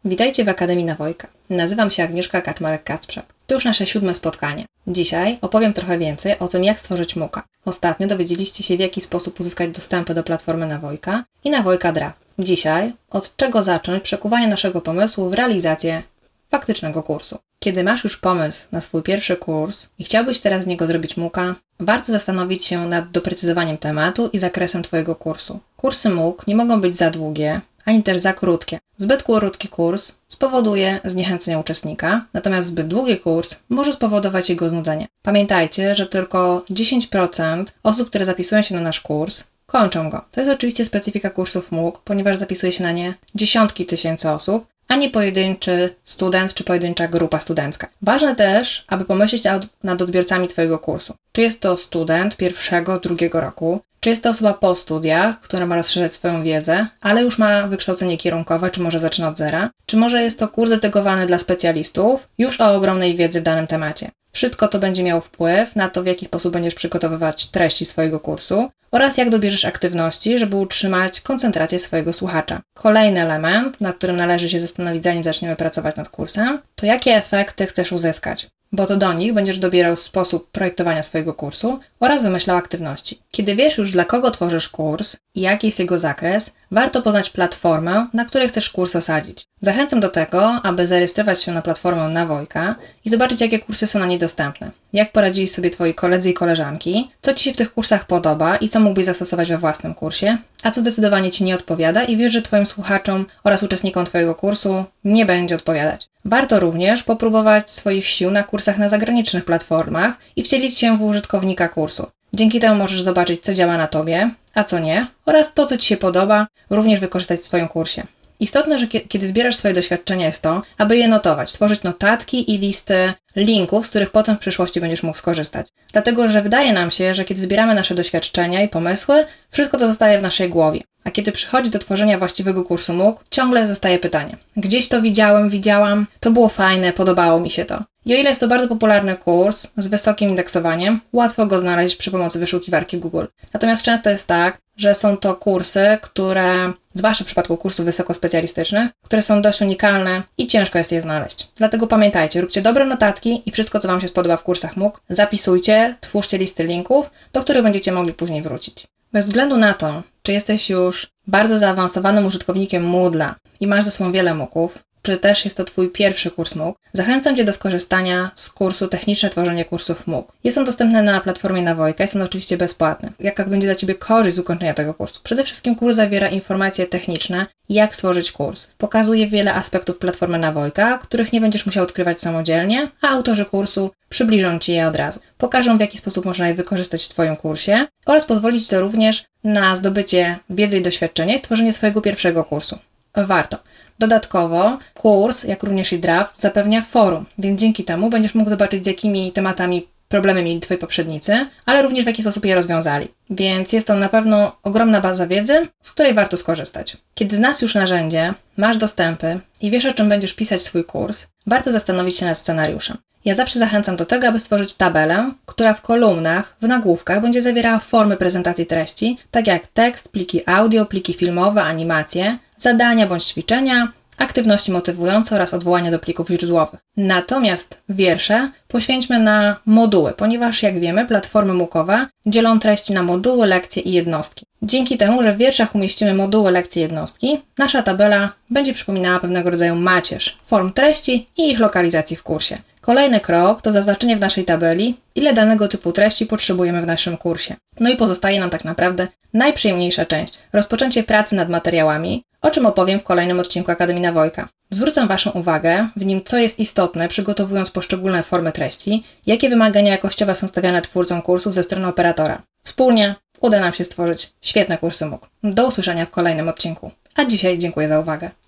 Witajcie w Akademii Nawojka. Nazywam się Agnieszka Kaczmarek-Kacprzak. To już nasze 7. spotkanie. Dzisiaj opowiem trochę więcej o tym, jak stworzyć MOOC-a. Ostatnio dowiedzieliście się, w jaki sposób uzyskać dostępy do platformy Nawojka i Nawojka Draft. Dzisiaj od czego zacząć przekuwanie naszego pomysłu w realizację faktycznego kursu. Kiedy masz już pomysł na swój pierwszy kurs i chciałbyś teraz z niego zrobić MOOC-a, warto zastanowić się nad doprecyzowaniem tematu i zakresem Twojego kursu. Kursy MOOC nie mogą być za długie, ani też za krótkie. Zbyt krótki kurs spowoduje zniechęcenie uczestnika, natomiast zbyt długi kurs może spowodować jego znudzenie. Pamiętajcie, że tylko 10% osób, które zapisują się na nasz kurs, kończą go. To jest oczywiście specyfika kursów MOOC, ponieważ zapisuje się na nie dziesiątki tysięcy osób, a nie pojedynczy student czy pojedyncza grupa studencka. Ważne też, aby pomyśleć nad odbiorcami Twojego kursu. Czy jest to student pierwszego, drugiego roku, czy jest to osoba po studiach, która ma rozszerzać swoją wiedzę, ale już ma wykształcenie kierunkowe, czy może zaczyna od zera, czy może jest to kurs dedykowany dla specjalistów już o ogromnej wiedzy w danym temacie. Wszystko to będzie miało wpływ na to, w jaki sposób będziesz przygotowywać treści swojego kursu oraz jak dobierzesz aktywności, żeby utrzymać koncentrację swojego słuchacza. Kolejny element, nad którym należy się zastanowić, zanim zaczniemy pracować nad kursem, to jakie efekty chcesz uzyskać, bo to do nich będziesz dobierał sposób projektowania swojego kursu oraz wymyślał aktywności. Kiedy wiesz już, dla kogo tworzysz kurs i jaki jest jego zakres, warto poznać platformę, na której chcesz kurs osadzić. Zachęcam do tego, aby zarejestrować się na platformę Nawojka i zobaczyć, jakie kursy są na niej dostępne. Jak poradzili sobie Twoi koledzy i koleżanki, co Ci się w tych kursach podoba i co mógłbyś zastosować we własnym kursie, a co zdecydowanie Ci nie odpowiada i wiesz, że Twoim słuchaczom oraz uczestnikom Twojego kursu nie będzie odpowiadać. Warto również popróbować swoich sił na kursach na zagranicznych platformach i wcielić się w użytkownika kursu. Dzięki temu możesz zobaczyć, co działa na Tobie, a co nie, oraz to, co Ci się podoba, również wykorzystać w swoim kursie. Istotne, że kiedy zbierasz swoje doświadczenia, jest to, aby je notować, stworzyć notatki i listy linków, z których potem w przyszłości będziesz mógł skorzystać. Dlatego, że wydaje nam się, że kiedy zbieramy nasze doświadczenia i pomysły, wszystko to zostaje w naszej głowie. A kiedy przychodzi do tworzenia właściwego kursu MOOC, ciągle zostaje pytanie. Gdzieś to widziałam, to było fajne, podobało mi się to. I o ile jest to bardzo popularny kurs z wysokim indeksowaniem, łatwo go znaleźć przy pomocy wyszukiwarki Google. Natomiast często jest tak, że są to kursy, które, zwłaszcza w przypadku kursów wysokospecjalistycznych, które są dość unikalne i ciężko jest je znaleźć. Dlatego pamiętajcie, róbcie dobre notatki i wszystko, co Wam się spodoba w kursach MOOC, zapisujcie, twórzcie listy linków, do których będziecie mogli później wrócić. Bez względu na to, czy jesteś już bardzo zaawansowanym użytkownikiem Moodle'a i masz ze sobą wiele MOOCów, czy też jest to Twój pierwszy kurs MOOC, zachęcam Cię do skorzystania z kursu Techniczne tworzenie kursów MOOC. Jest on dostępny na platformie Nawojka, jest on oczywiście bezpłatny. Jaka będzie dla Ciebie korzyść z ukończenia tego kursu? Przede wszystkim kurs zawiera informacje techniczne, jak stworzyć kurs. Pokazuje wiele aspektów platformy Nawojka, których nie będziesz musiał odkrywać samodzielnie, a autorzy kursu przybliżą Ci je od razu. Pokażą, w jaki sposób można je wykorzystać w Twoim kursie oraz pozwolić to również na zdobycie wiedzy i doświadczenia i stworzenie swojego pierwszego kursu. Warto. Dodatkowo kurs, jak również i draft, zapewnia forum, więc dzięki temu będziesz mógł zobaczyć, z jakimi tematami problemy mieli Twoi poprzednicy, ale również w jaki sposób je rozwiązali. Więc jest to na pewno ogromna baza wiedzy, z której warto skorzystać. Kiedy znasz już narzędzie, masz dostępy i wiesz, o czym będziesz pisać swój kurs, warto zastanowić się nad scenariuszem. Ja zawsze zachęcam do tego, aby stworzyć tabelę, która w kolumnach, w nagłówkach będzie zawierała formy prezentacji treści, tak jak tekst, pliki audio, pliki filmowe, animacje, zadania bądź ćwiczenia, aktywności motywujące oraz odwołania do plików źródłowych. Natomiast wiersze poświęćmy na moduły, ponieważ jak wiemy, platformy MOOCowe dzielą treści na moduły, lekcje i jednostki. Dzięki temu, że w wierszach umieścimy moduły, lekcje i jednostki, nasza tabela będzie przypominała pewnego rodzaju macierz form treści i ich lokalizacji w kursie. Kolejny krok to zaznaczenie w naszej tabeli, ile danego typu treści potrzebujemy w naszym kursie. No i pozostaje nam tak naprawdę najprzyjemniejsza część, rozpoczęcie pracy nad materiałami, o czym opowiem w kolejnym odcinku Akademii Nawojka. Zwrócę Waszą uwagę w nim, co jest istotne, przygotowując poszczególne formy treści, jakie wymagania jakościowe są stawiane twórcom kursów ze strony operatora. Wspólnie uda nam się stworzyć świetne kursy MOOC. Do usłyszenia w kolejnym odcinku. A dzisiaj dziękuję za uwagę.